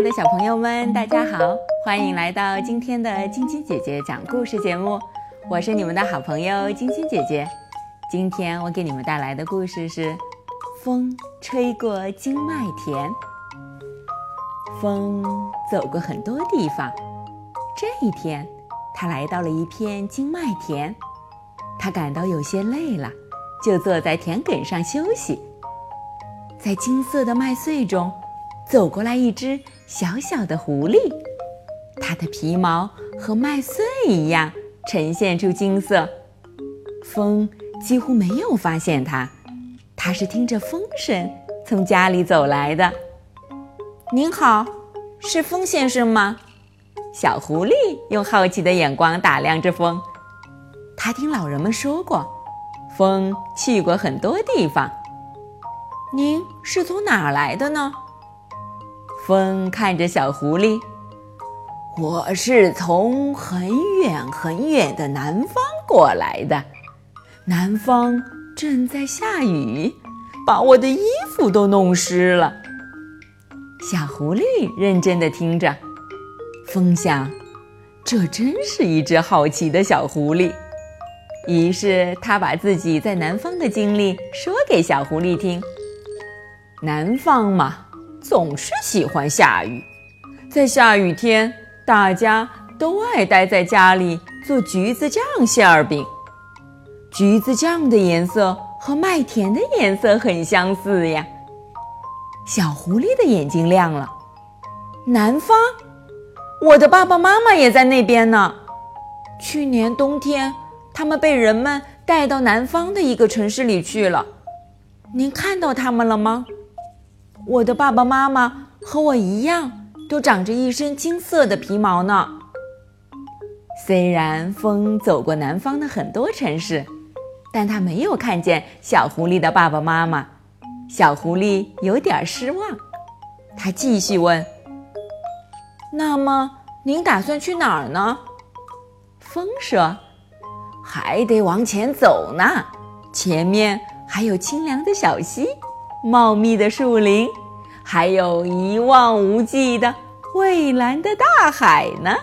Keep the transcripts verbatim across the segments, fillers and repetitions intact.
的小朋友们，大家好，欢迎来到今天的晶晶姐姐讲故事节目，我是你们的好朋友晶晶姐姐。今天我给你们带来的故事是风吹过金麦田。风走过很多地方，这一天他来到了一片金麦田，他感到有些累了，就坐在田埂上休息。在金色的麦穗中走过来一只小小的狐狸，它的皮毛和麦穗一样呈现出金色。风几乎没有发现它，它是听着风声从家里走来的。您好，是风先生吗？小狐狸用好奇的眼光打量着风。他听老人们说过，风去过很多地方。您是从哪儿来的呢？风看着小狐狸，我是从很远很远的南方过来的，南方正在下雨，把我的衣服都弄湿了。小狐狸认真地听着，风想，这真是一只好奇的小狐狸。于是他把自己在南方的经历说给小狐狸听。南方嘛，总是喜欢下雨，在下雨天，大家都爱待在家里做橘子酱馅儿饼。橘子酱的颜色和麦田的颜色很相似呀。小狐狸的眼睛亮了，南方？我的爸爸妈妈也在那边呢。去年冬天，他们被人们带到南方的一个城市里去了。您看到他们了吗？我的爸爸妈妈和我一样，都长着一身金色的皮毛呢。虽然风走过南方的很多城市，但他没有看见小狐狸的爸爸妈妈。小狐狸有点失望，他继续问，那么您打算去哪儿呢？风说，还得往前走呢，前面还有清凉的小溪，茂密的树林，还有一望无际的蔚蓝的大海呢。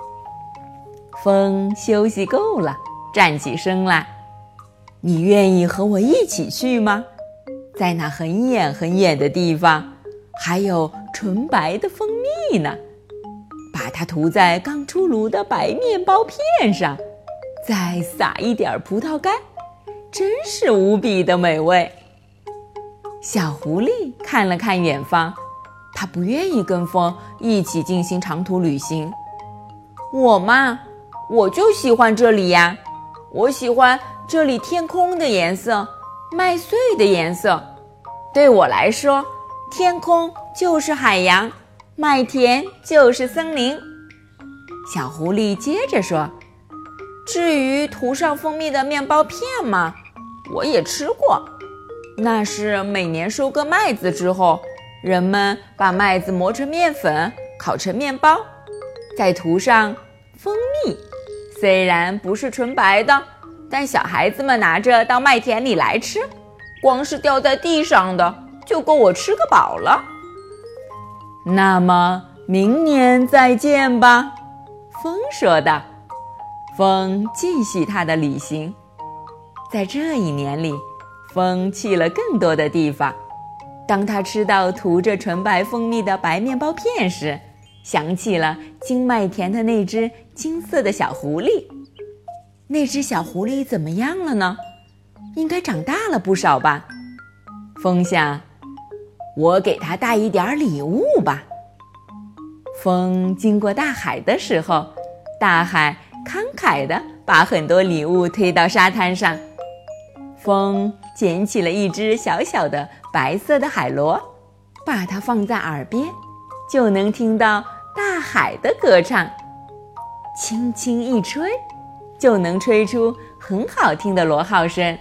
风休息够了，站起身来，你愿意和我一起去吗？在那很远很远的地方，还有纯白的蜂蜜呢，把它涂在刚出炉的白面包片上，再撒一点葡萄干，真是无比的美味。小狐狸看了看远方，它不愿意跟风一起进行长途旅行。我嘛，我就喜欢这里呀，我喜欢这里天空的颜色，麦穗的颜色。对我来说，天空就是海洋，麦田就是森林。小狐狸接着说，至于涂上蜂蜜的面包片嘛，我也吃过。那是每年收割麦子之后，人们把麦子磨成面粉，烤成面包，再涂上蜂蜜。虽然不是纯白的，但小孩子们拿着到麦田里来吃，光是掉在地上的就够我吃个饱了。那么明年再见吧，风说道。风继续他的旅行。在这一年里，风去了更多的地方。当他吃到涂着纯白蜂蜜的白面包片时，想起了金麦田的那只金色的小狐狸。那只小狐狸怎么样了呢？应该长大了不少吧。风想，我给它带一点礼物吧。风经过大海的时候，大海慷慨地把很多礼物推到沙滩上。风捡起了一只小小的白色的海螺，把它放在耳边，就能听到大海的歌唱。轻轻一吹，就能吹出很好听的螺号声。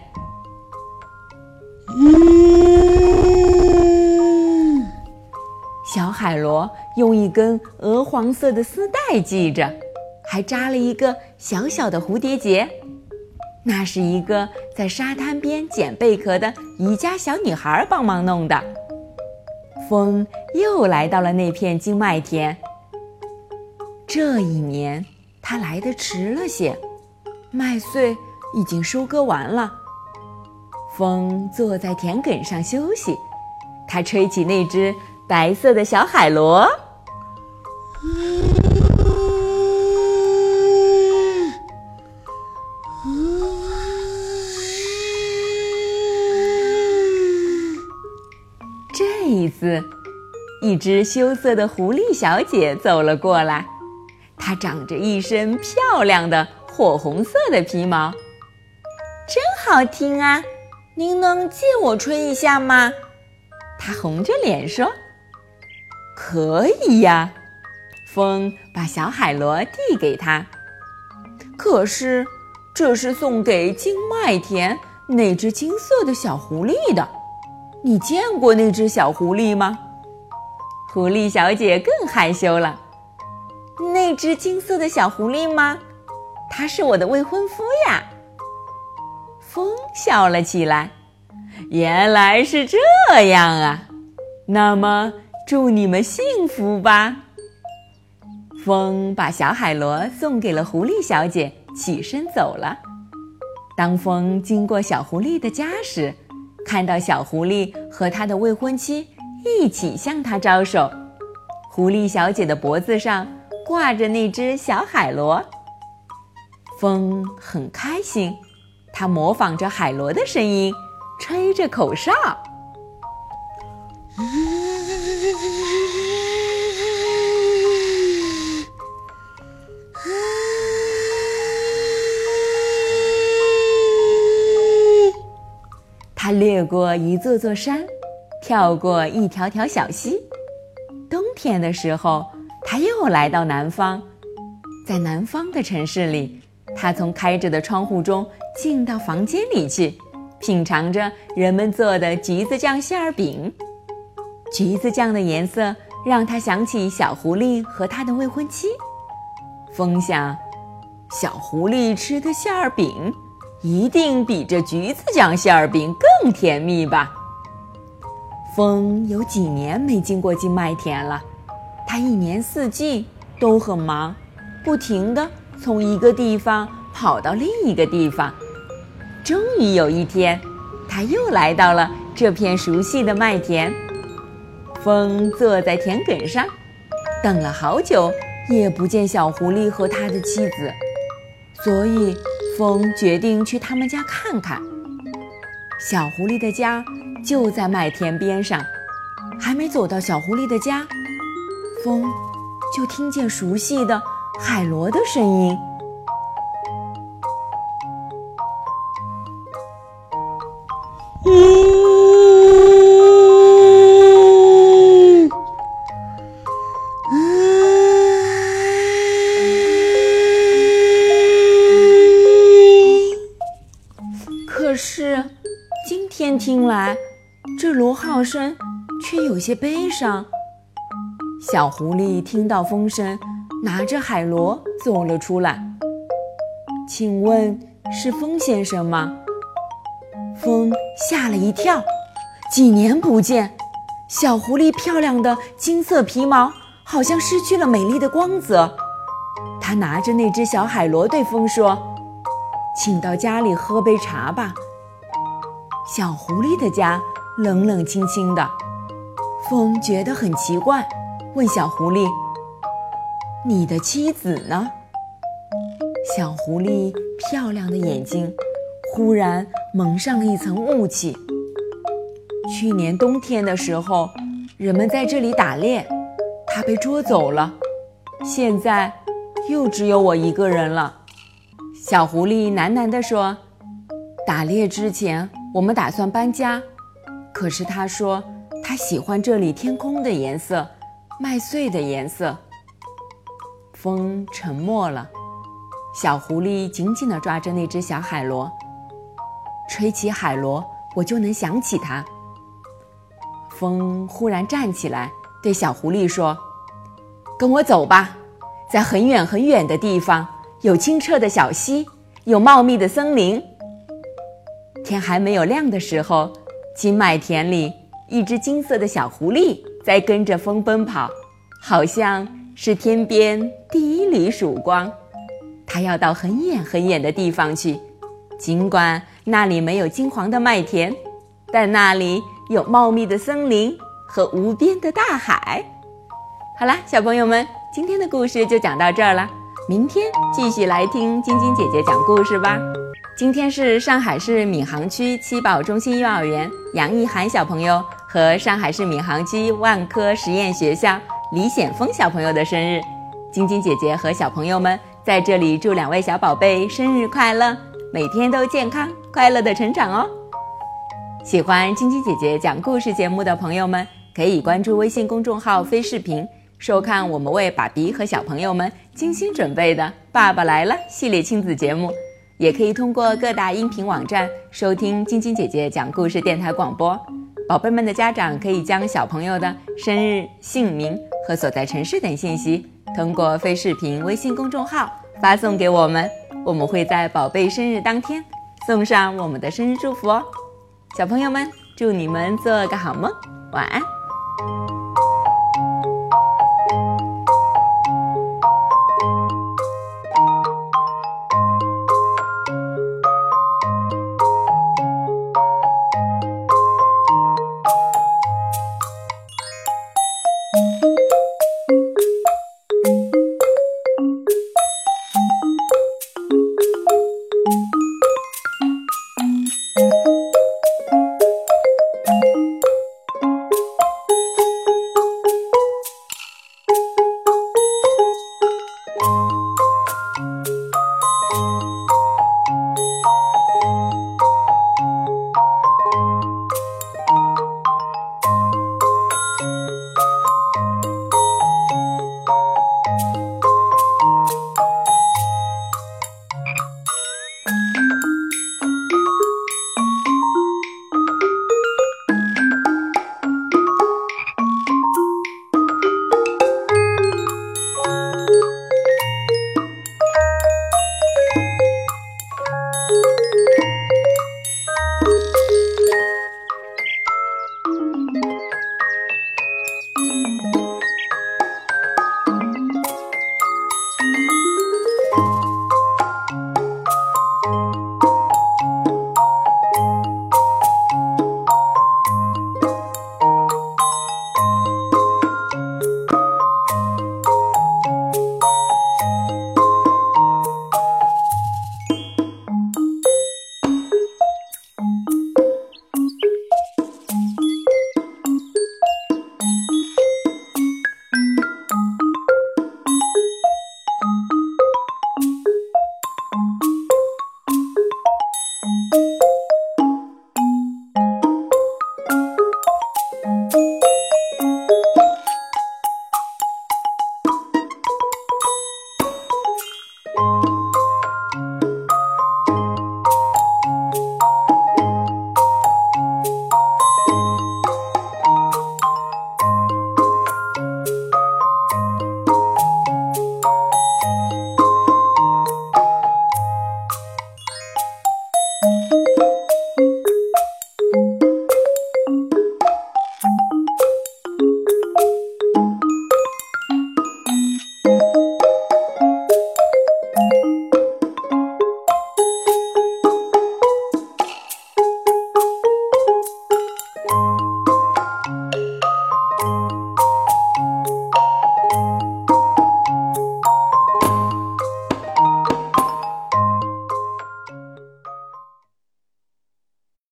小海螺用一根鹅黄色的丝带系着，还扎了一个小小的蝴蝶结。那是一个在沙滩边捡贝壳的渔家小女孩帮忙弄的。 风又来到了那片金麦田。这一年，他来得迟了些，麦穗已经收割完了。风坐在田埂上休息，他吹起那只白色的小海螺。这一次，一只羞涩的狐狸小姐走了过来，她长着一身漂亮的火红色的皮毛，真好听啊！您能借我吹一下吗？她红着脸说。可以呀。风把小海螺递给她。可是，这是送给金麦田那只金色的小狐狸的。你见过那只小狐狸吗？狐狸小姐更害羞了。那只金色的小狐狸吗？它是我的未婚夫呀。风笑了起来。原来是这样啊，那么祝你们幸福吧。风把小海螺送给了狐狸小姐，起身走了。当风经过小狐狸的家时，看到小狐狸和他的未婚妻一起向他招手，狐狸小姐的脖子上挂着那只小海螺。风很开心，他模仿着海螺的声音，吹着口哨。他掠过一座座山，跳过一条条小溪。冬天的时候，他又来到南方。在南方的城市里，他从开着的窗户中进到房间里去，品尝着人们做的橘子酱馅儿饼。橘子酱的颜色让他想起小狐狸和他的未婚妻。风想，小狐狸吃的馅儿饼一定比这橘子酱馅儿饼更甜蜜吧。风有几年没经过金麦田了，他一年四季都很忙，不停地从一个地方跑到另一个地方。终于有一天，他又来到了这片熟悉的麦田。风坐在田埂上，等了好久也不见小狐狸和他的妻子，所以风决定去他们家看看。小狐狸的家就在麦田边上，还没走到小狐狸的家，风就听见熟悉的海螺的声音。可是今天听来，这螺号声却有些悲伤。小狐狸听到风声，拿着海螺走了出来。请问是风先生吗？风吓了一跳，几年不见，小狐狸漂亮的金色皮毛好像失去了美丽的光泽。他拿着那只小海螺对风说：请到家里喝杯茶吧。小狐狸的家冷冷清清的，风觉得很奇怪，问小狐狸：你的妻子呢？小狐狸漂亮的眼睛忽然蒙上了一层雾气。去年冬天的时候，人们在这里打猎，他被捉走了，现在又只有我一个人了。小狐狸喃喃地说：打猎之前我们打算搬家，可是他说他喜欢这里天空的颜色，麦穗的颜色。风沉默了，小狐狸紧紧地抓着那只小海螺。吹起海螺，我就能想起它。风忽然站起来，对小狐狸说：跟我走吧，在很远很远的地方，有清澈的小溪，有茂密的森林。天还没有亮的时候，金麦田里，一只金色的小狐狸在跟着风奔跑，好像是天边第一缕曙光。它要到很远很远的地方去，尽管那里没有金黄的麦田，但那里有茂密的森林和无边的大海。好啦，小朋友们，今天的故事就讲到这儿了，明天继续来听晶晶姐姐讲故事吧。今天是上海市闵行区七宝中心幼儿园杨一涵小朋友和上海市闵行区万科实验学校李显峰小朋友的生日，晶晶姐姐和小朋友们在这里祝两位小宝贝生日快乐，每天都健康快乐的成长哦。喜欢晶晶姐姐讲故事节目的朋友们，可以关注微信公众号飞视频，收看我们为爸比和小朋友们精心准备的爸爸来了系列亲子节目，也可以通过各大音频网站收听晶晶姐姐讲故事电台广播。宝贝们的家长可以将小朋友的生日、姓名和所在城市等信息通过飞视频微信公众号发送给我们，我们会在宝贝生日当天送上我们的生日祝福哦。小朋友们，祝你们做个好梦，晚安。